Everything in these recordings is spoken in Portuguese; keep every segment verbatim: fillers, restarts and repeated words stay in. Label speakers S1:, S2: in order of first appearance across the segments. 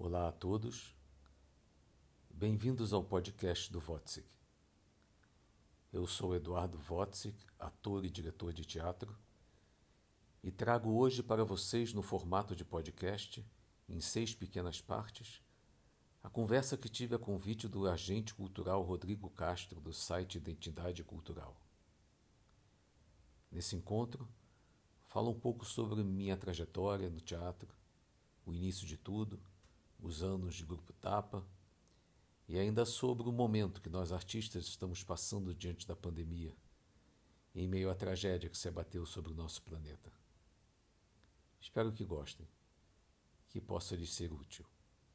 S1: Olá a todos, bem-vindos ao podcast do Wozzeck. Eu sou Eduardo Wozzeck, ator e diretor de teatro, e trago hoje para vocês, no formato de podcast, em seis pequenas partes, a conversa que tive a convite do agente cultural Rodrigo Castro, do site Identidade Cultural. Nesse encontro, falo um pouco sobre minha trajetória no teatro, o início de tudo, os anos de Grupo Tapa, e ainda sobre o momento que nós artistas estamos passando diante da pandemia, em meio à tragédia que se abateu sobre o nosso planeta. Espero que gostem, que possa lhes ser útil.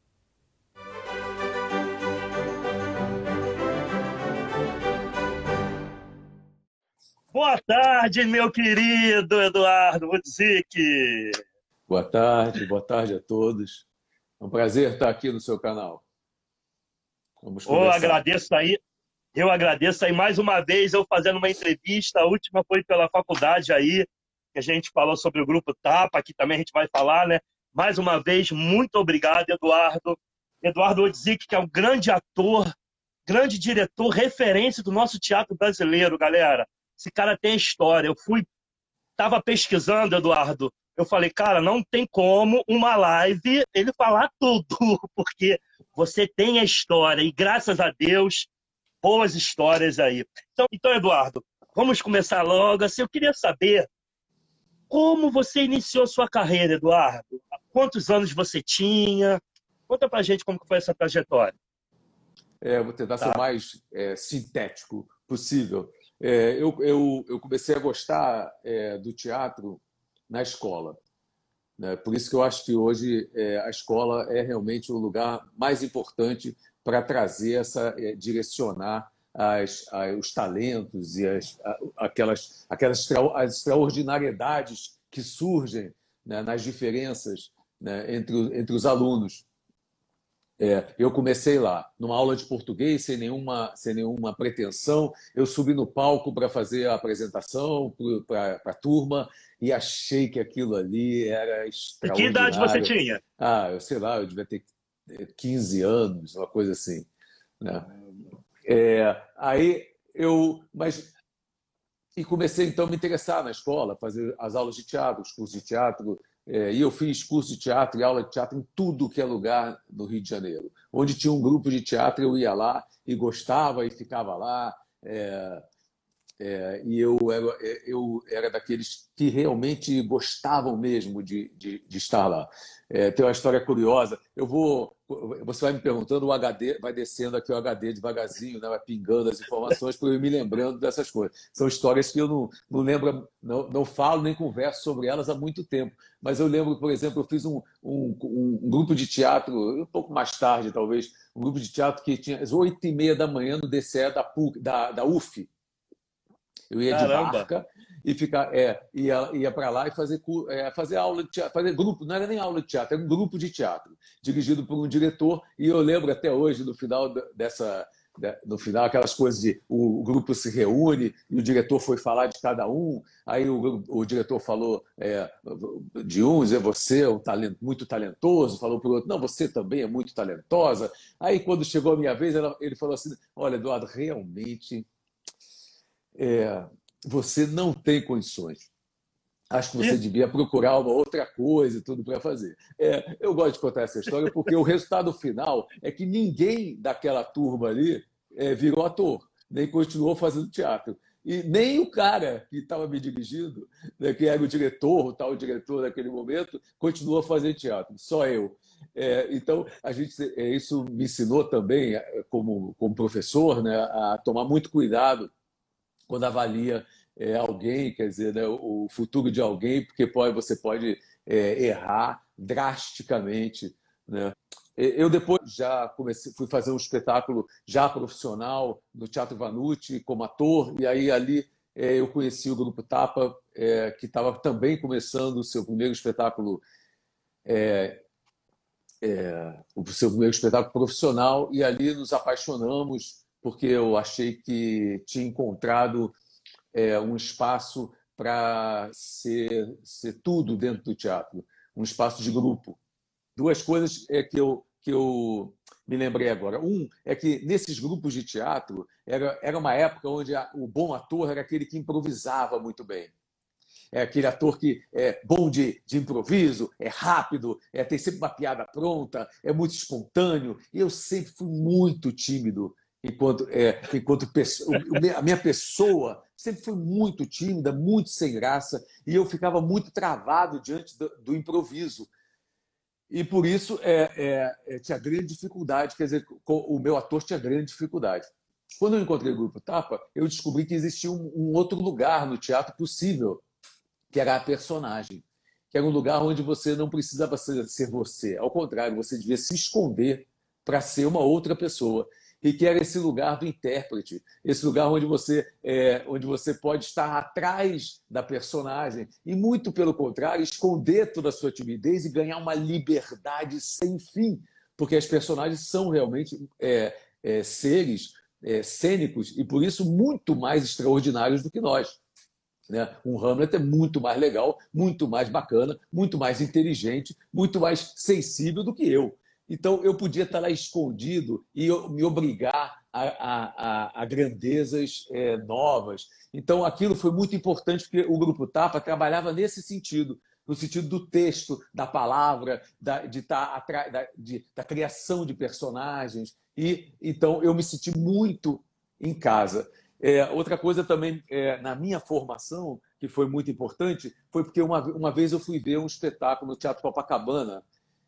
S2: Boa tarde, meu querido Eduardo Wozzeck.
S1: Boa tarde, boa tarde a todos. É um prazer estar aqui no seu canal. Vamos
S2: Eu
S1: conversar.
S2: agradeço aí, eu agradeço aí mais uma vez eu fazendo uma entrevista. A última foi pela faculdade aí, que a gente falou sobre o Grupo Tapa, aqui também a gente vai falar, né? Mais uma vez, muito obrigado, Eduardo. Eduardo Wozzeck, que é um grande ator, grande diretor, referência do nosso teatro brasileiro, galera. Esse cara tem história. Eu fui, tava pesquisando, Eduardo. Eu falei, cara, não tem como uma live ele falar tudo, porque você tem a história e graças a Deus, boas histórias aí. Então, então, Eduardo, vamos começar logo. Assim, eu queria saber como você iniciou sua carreira, Eduardo. Quantos anos você tinha? Conta pra gente como foi essa trajetória.
S1: É, vou tentar ser
S2: Tá?
S1: o mais é, sintético possível. É, eu, eu, eu comecei a gostar é, do teatro na escola, né? Por isso que eu acho que hoje é, a escola é realmente o lugar mais importante para trazer essa, é, direcionar as, as, os talentos e as, aquelas, aquelas extra, as extraordinariedades que surgem, né, nas diferenças, né, entre, entre os alunos. É, eu comecei lá, numa aula de português, sem nenhuma, sem nenhuma pretensão. Eu subi no palco para fazer a apresentação para a turma e achei que aquilo ali era
S2: E que idade você
S1: extraordinário.
S2: tinha?
S1: Ah, eu sei lá, eu devia ter quinze anos, uma coisa assim, né? É, aí eu, mas e comecei então a me interessar na escola, fazer as aulas de teatro, os cursos de teatro. É, e eu fiz curso de teatro e aula de teatro em tudo que é lugar no Rio de Janeiro. Onde tinha um grupo de teatro, eu ia lá e gostava e ficava lá. É, é, e eu era, eu era daqueles que realmente gostavam mesmo de, de, de estar lá. É, tem uma história curiosa. Eu vou, você vai me perguntando, o H D vai descendo aqui o H D devagarzinho, né, vai pingando as informações para eu ir me lembrando dessas coisas. São histórias que eu não, não lembro, não, não falo nem converso sobre elas há muito tempo. Mas eu lembro, por exemplo, eu fiz um, um, um grupo de teatro, um pouco mais tarde talvez, um grupo de teatro que tinha às oito e meia da manhã no D C E da, da, da U F. Eu ia de
S2: Caramba!
S1: barca e ficar, é, ia, ia para lá e fazer, é, fazer aula de teatro, fazer grupo, não era nem aula de teatro, era um grupo de teatro, dirigido por um diretor. E eu lembro até hoje, no final dessa, no final, aquelas coisas de o, o grupo se reúne e o diretor foi falar de cada um. Aí o, o diretor falou, é, de uns, é você, um talento, muito talentoso, falou para o outro, não, você também é muito talentosa. Aí quando chegou a minha vez, ela, ele falou assim, olha, Eduardo, realmente É, você não tem condições. Acho que você
S2: E,
S1: devia procurar uma outra coisa, tudo para fazer. É, eu gosto de contar essa história porque o resultado final é que ninguém daquela turma ali é, virou ator, nem continuou fazendo teatro. E nem o cara que estava me dirigindo, né, que era o diretor, o tal diretor naquele momento, continuou a fazer teatro. Só eu. É, então, a gente, é, isso me ensinou também, como, como professor, né, a tomar muito cuidado quando avalia é, alguém, quer dizer, né, o futuro de alguém, porque pode, você pode é, errar drasticamente, né? Eu depois já comecei, fui fazer um espetáculo já profissional no Teatro Vanucci como ator, e aí ali é, eu conheci o Grupo Tapa, é, que estava também começando o seu primeiro espetáculo, é, é, o seu primeiro espetáculo profissional, e ali nos apaixonamos, porque eu achei que tinha encontrado é, um espaço para ser, ser tudo dentro do teatro, um espaço de grupo. Duas coisas é que eu, que eu me lembrei agora. Um é que nesses grupos de teatro era, era uma época onde a, o bom ator era aquele que improvisava muito bem. É aquele ator que é bom de, de improviso, é rápido, é, tem sempre uma piada pronta, é muito espontâneo. E eu sempre fui muito tímido enquanto, é, enquanto pessoa, a minha pessoa sempre foi muito tímida, muito sem graça, e eu ficava muito travado diante do, do improviso. E por isso é, é, tinha grande dificuldade, quer dizer, o meu ator tinha grande dificuldade. Quando eu encontrei o Grupo Tapa, eu descobri que existia um, um outro lugar no teatro possível, que era a personagem, que era um lugar onde você não precisava ser você. Ao contrário, você devia se esconder para ser uma outra pessoa. E que era esse lugar do intérprete, esse lugar onde você, é, onde você pode estar atrás da personagem e, muito pelo contrário, esconder toda a sua timidez e ganhar uma liberdade sem fim, porque as personagens são realmente é, é, seres é, cênicos e, por isso, muito mais extraordinários do que nós. Né? Um Hamlet é muito mais legal, muito mais bacana, muito mais inteligente, muito mais sensível do que eu. Então, eu podia estar lá escondido e me obrigar a, a, a, a grandezas é, novas. Então, aquilo foi muito importante, porque o Grupo Tapa trabalhava nesse sentido, no sentido do texto, da palavra, da, de estar da, de, da criação de personagens. E então eu me senti muito em casa. É, outra coisa também, é, na minha formação, que foi muito importante, foi porque uma, uma vez eu fui ver um espetáculo no Teatro Copacabana.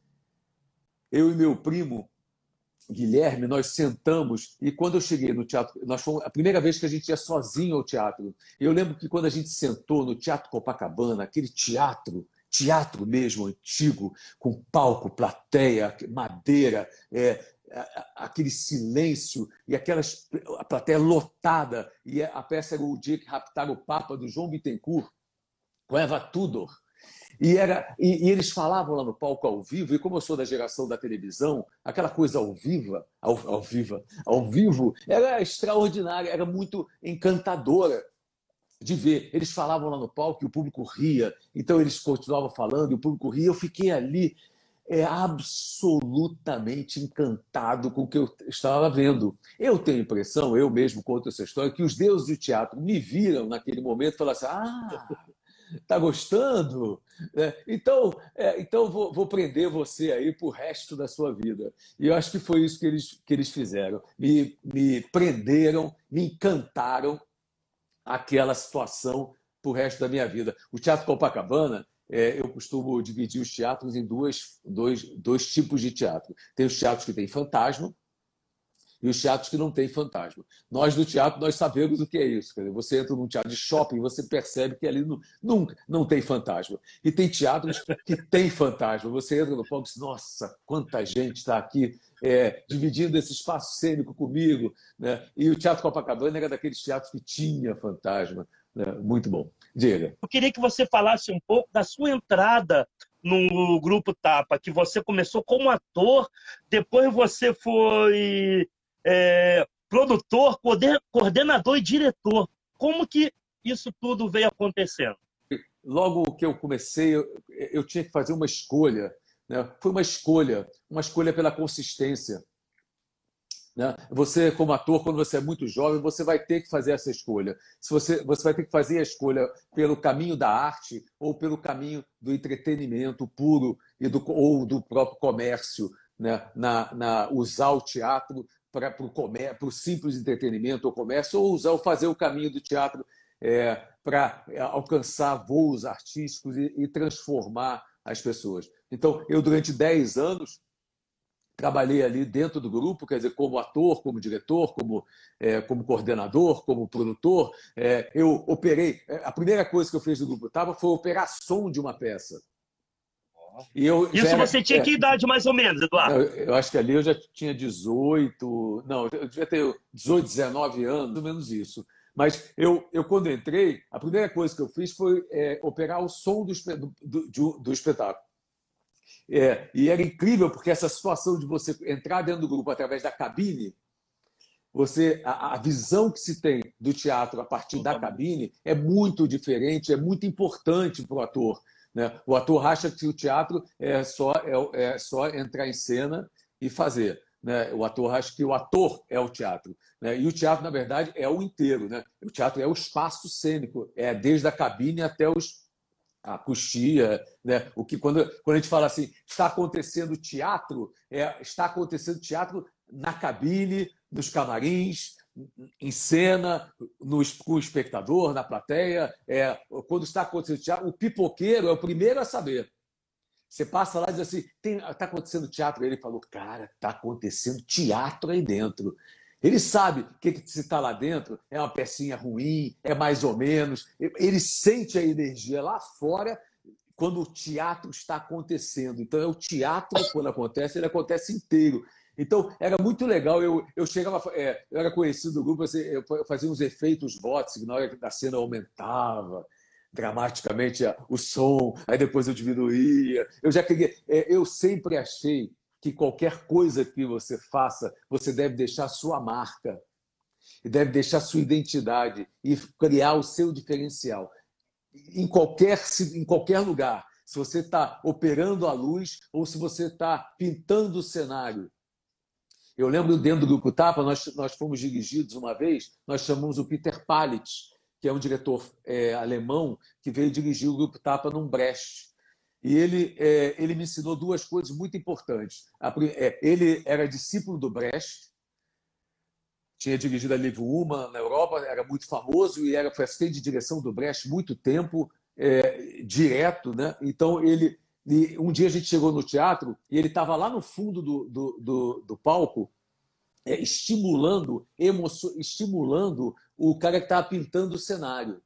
S1: Eu e meu primo, Guilherme, nós sentamos, e quando eu cheguei no teatro, nós fomos a primeira vez que a gente ia sozinho ao teatro. Eu lembro que quando a gente sentou no Teatro Copacabana, aquele teatro, teatro mesmo, antigo, com palco, plateia, madeira, é, aquele silêncio e aquelas, a plateia lotada, e a peça era O Dia que Raptaram o Papa, do João Bittencourt, com Eva Tudor. E, era, e, e eles falavam lá no palco ao vivo, e como eu sou da geração da televisão, aquela coisa ao vivo, ao, ao, viva, ao vivo era extraordinária, era muito encantadora de ver. Eles falavam lá no palco e o público ria, então eles continuavam falando e o público ria. Eu fiquei ali é, absolutamente encantado com o que eu estava vendo. Eu tenho a impressão, eu mesmo conto essa história, que os deuses do teatro me viram naquele momento e falaram assim: ah, tá gostando? É, então, é, então vou, vou prender você aí para o resto da sua vida. E eu acho que foi isso que eles, que eles fizeram. Me, me prenderam, me encantaram aquela situação para o resto da minha vida. O Teatro Copacabana, é, eu costumo dividir os teatros em duas, dois, dois tipos de teatro. Tem os teatros que têm fantasma, e os teatros que não têm fantasma. Nós, do teatro, nós sabemos o que é isso. Quer dizer, você entra num teatro de shopping e você percebe que ali não, nunca não tem fantasma. E tem teatros que tem fantasma. Você entra no palco e diz: nossa, quanta gente está aqui é, dividindo esse espaço cênico comigo. Né? E o Teatro Copacabana era daqueles teatros que tinha fantasma. Né? Muito bom. Diga.
S2: Eu queria que você falasse um pouco da sua entrada no Grupo Tapa, que você começou como ator, depois você foi... É, produtor, coordenador e diretor. Como que isso tudo veio acontecendo?
S1: Logo que eu comecei, eu, eu tinha que fazer uma escolha. Né? Foi uma escolha, uma escolha pela consistência. Né? Você, como ator, quando você é muito jovem, você vai ter que fazer essa escolha. Se você, você vai ter que fazer a escolha pelo caminho da arte ou pelo caminho do entretenimento puro e do, ou do próprio comércio. Né? Na, na, usar o teatro para o simples entretenimento ou comércio, ou usar, ou fazer o caminho do teatro é, para alcançar voos artísticos e, e transformar as pessoas. Então, eu, durante dez anos, trabalhei ali dentro do grupo, quer dizer, como ator, como diretor, como, é, como coordenador, como produtor. É, eu operei... A primeira coisa que eu fiz no Grupo Tapa foi operar som de uma peça.
S2: E eu Isso era, você tinha é, que idade, mais ou menos, Eduardo?
S1: Eu, eu acho que ali eu já tinha dezoito... Não, eu devia ter dezoito, dezenove anos, mais ou menos isso. Mas eu, eu quando entrei, a primeira coisa que eu fiz foi é, operar o som do, do, do, do espetáculo. É, e era incrível, porque essa situação de você entrar dentro do grupo através da cabine, você, a, a visão que se tem do teatro a partir da cabine é muito diferente, é muito importante para o ator. Né? O ator acha que o teatro é só, é, é só entrar em cena e fazer. Né? O ator acha que o ator é o teatro. Né? E o teatro, na verdade, é o inteiro. Né? O teatro é o espaço cênico, é desde a cabine até os, a coxia. Né? O que, quando, quando a gente fala assim, está acontecendo teatro, é, está acontecendo teatro na cabine, nos camarins, em cena, no, com o espectador, na plateia. É, quando está acontecendo teatro, o pipoqueiro é o primeiro a saber. Você passa lá e diz assim, está acontecendo teatro. Ele falou, cara, está acontecendo teatro aí dentro. Ele sabe que, que se está lá dentro é uma pecinha ruim, é mais ou menos. Ele sente a energia lá fora quando o teatro está acontecendo. Então, é o teatro, quando acontece, ele acontece inteiro. Então, era muito legal. Eu, eu chegava, é, eu era conhecido do grupo, assim, eu fazia uns efeitos bots, na hora que a cena aumentava dramaticamente o som, aí depois eu diminuía. Eu já queria, eu sempre achei que qualquer coisa que você faça, você deve deixar sua marca, e deve deixar sua identidade e criar o seu diferencial. Em qualquer, em qualquer lugar, se você está operando a luz ou se você está pintando o cenário. Eu lembro dentro do Grupo Tapa, nós, nós fomos dirigidos uma vez, nós chamamos o Peter Palitz, que é um diretor é, alemão que veio dirigir o Grupo Tapa num Brecht. E ele, é, ele me ensinou duas coisas muito importantes. A, é, ele era discípulo do Brecht, tinha dirigido a Livre Uma na Europa, era muito famoso e era, foi assistente de direção do Brecht muito tempo, é, direto. Né? Então, ele, um dia a gente chegou no teatro e ele estava lá no fundo do, do, do, do palco, é, estimulando, emocio, estimulando o cara que estava pintando o cenário.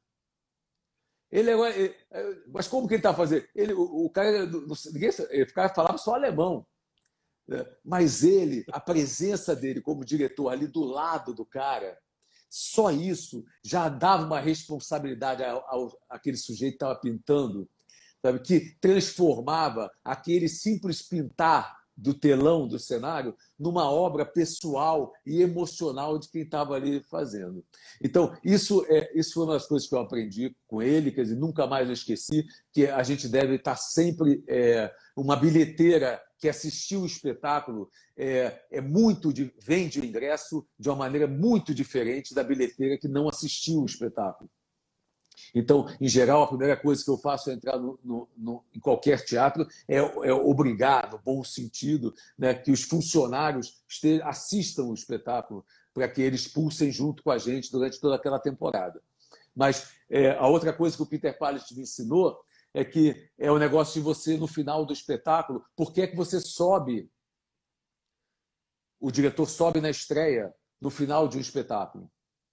S1: Ele, ele, mas como que ele estava fazendo? Ele, o, o cara, ninguém, ele ficava, falava só alemão. Né? Mas ele, a presença dele como diretor ali do lado do cara, só isso já dava uma responsabilidade ao, ao, àquele sujeito que estava pintando, sabe? Que transformava aquele simples pintar do telão do cenário numa obra pessoal e emocional de quem estava ali fazendo. Então, isso, é, isso foi uma das coisas que eu aprendi com ele, quer dizer, nunca mais eu esqueci, que a gente deve estar sempre... É, uma bilheteira que assistiu o espetáculo é, é muito de, vende o ingresso de uma maneira muito diferente da bilheteira que não assistiu o espetáculo. Então, em geral, a primeira coisa que eu faço ao entrar no, no, no, em qualquer teatro é, é obrigar, no bom sentido, né, que os funcionários este, assistam o espetáculo para que eles pulsem junto com a gente durante toda aquela temporada. Mas é, a outra coisa que o Peter Palitz me ensinou é que é o negócio de você, no final do espetáculo, por que é que você sobe? O diretor sobe na estreia, no final de um espetáculo.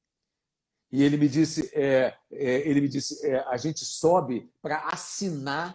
S1: E ele me disse, é, é, ele me disse é, a gente sobe para assinar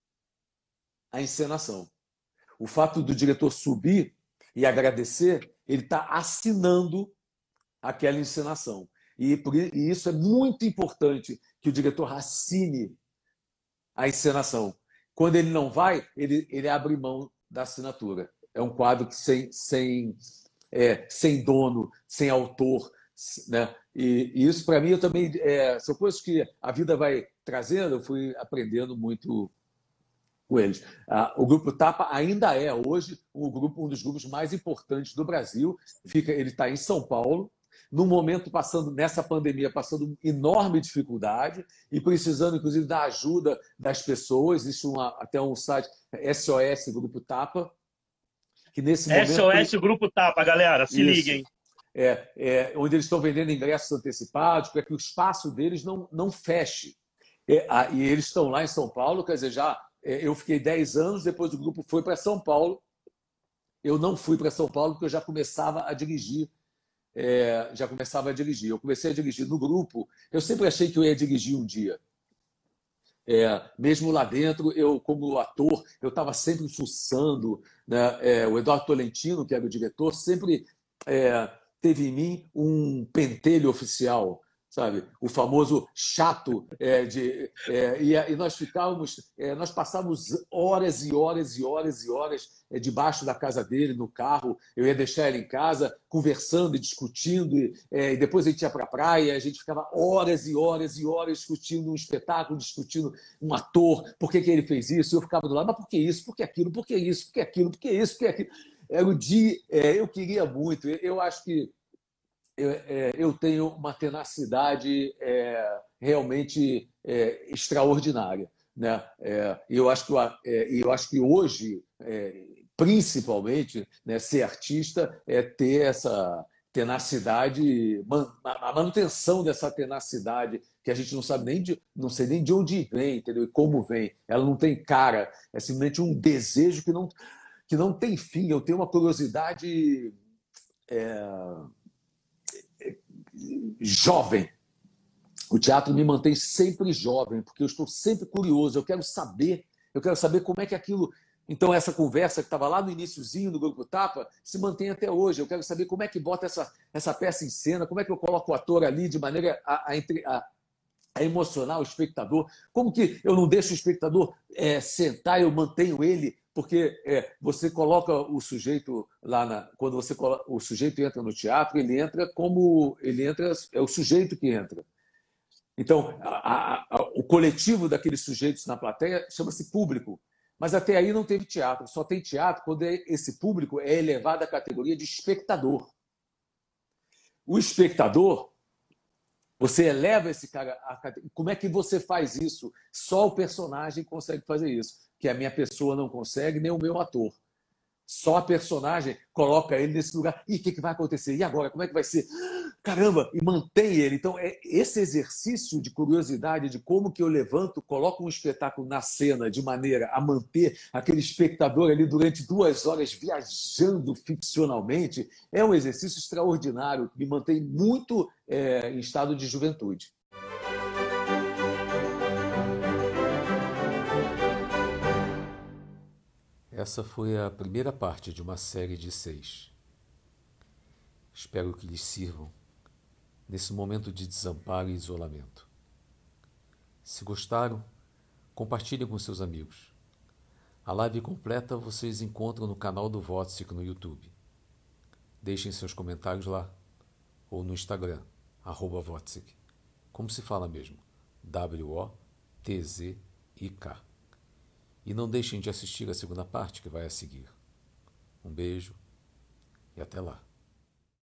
S1: a encenação. O fato do diretor subir e agradecer, ele está assinando aquela encenação. E, por, e isso é muito importante, que o diretor assine a encenação. Quando ele não vai, ele, ele abre mão da assinatura. É um quadro que sem, sem, é, sem dono, sem autor. Né? E, e isso, para mim, eu também é, são coisas que a vida vai trazendo, eu fui aprendendo muito com eles. Ah, o Grupo Tapa ainda é, hoje, um, grupo, um dos grupos mais importantes do Brasil. Fica, ele está em São Paulo, num momento passando, nessa pandemia, passando enorme dificuldade e precisando, inclusive, da ajuda das pessoas. Existe uma, até um site, S O S Grupo Tapa, que nesse momento...
S2: S O S Grupo Tapa, galera, se
S1: Isso.
S2: liguem.
S1: É, é, onde eles estão vendendo ingressos antecipados para que o espaço deles não, não feche. É, a, e eles estão lá em São Paulo, quer dizer, já é, eu fiquei dez anos, depois o grupo foi para São Paulo. Eu não fui para São Paulo porque eu já começava a dirigir. É, já começava a dirigir. Eu comecei a dirigir no grupo. Eu sempre achei que eu ia dirigir um dia. É, mesmo lá dentro, eu, como ator, eu estava sempre fuçando. Né? É, o Eduardo Tolentino, que era o diretor, sempre... É, teve em mim um pentelho oficial, sabe? O famoso chato. É, de, é, e, e nós ficávamos, é, nós passávamos horas e horas e horas e horas é, debaixo da casa dele, no carro. Eu ia deixar ele em casa, conversando e discutindo, e, é, e depois a gente ia para a praia, a gente ficava horas e horas e horas discutindo um espetáculo, discutindo um ator, por que, que ele fez isso, e eu ficava do lado, mas por que isso, por que aquilo, por que isso, por que aquilo, por que isso, por que aquilo. era o dia. É, eu queria muito. Eu acho que eu, é, eu tenho uma tenacidade é, realmente é, extraordinária, né? É, eu acho que é, eu acho que hoje, é, principalmente, né, ser artista é ter essa tenacidade, a manutenção dessa tenacidade que a gente não sabe nem de, não sei nem de onde vem, entendeu? E como vem. Ela não tem cara, é simplesmente um desejo que não que não tem fim. Eu tenho uma curiosidade é, jovem. O teatro me mantém sempre jovem, porque eu estou sempre curioso, eu quero saber, eu quero saber como é que aquilo. Então, essa conversa que estava lá no iniciozinho do Grupo Tapa se mantém até hoje. Eu quero saber como é que bota essa, essa peça em cena, como é que eu coloco o ator ali de maneira a, a, a, a emocionar o espectador, como que eu não deixo o espectador é, sentar, eu mantenho ele, porque é, você coloca o sujeito lá na, quando você coloca, o sujeito entra no teatro, ele entra como ele entra, é o sujeito que entra. Então, a, a, a, o coletivo daqueles sujeitos na plateia chama-se público. Mas até aí não teve teatro. Só tem teatro quando esse público é elevado à categoria de espectador. O espectador, você eleva esse cara à categoria. Como é que você faz isso? Só o personagem consegue fazer isso. Que a minha pessoa não consegue, nem o meu ator. Só a personagem coloca ele nesse lugar. E o que, que vai acontecer? E agora? Como é que vai ser? Caramba! E mantém ele. Então, é esse exercício de curiosidade de como que eu levanto, coloco um espetáculo na cena de maneira a manter aquele espectador ali durante duas horas viajando ficcionalmente, é um exercício extraordinário que me mantém muito é, em estado de juventude. Essa foi a primeira parte de uma série de seis. Espero que lhes sirvam nesse momento de desamparo e isolamento. Se gostaram, compartilhem com seus amigos. A live completa vocês encontram no canal do Wozzeck no YouTube. Deixem seus comentários lá, ou no Instagram, arroba Wozzeck. Como se fala mesmo? W O T Z I K. E não deixem de assistir a segunda parte que vai a seguir. Um beijo e até lá.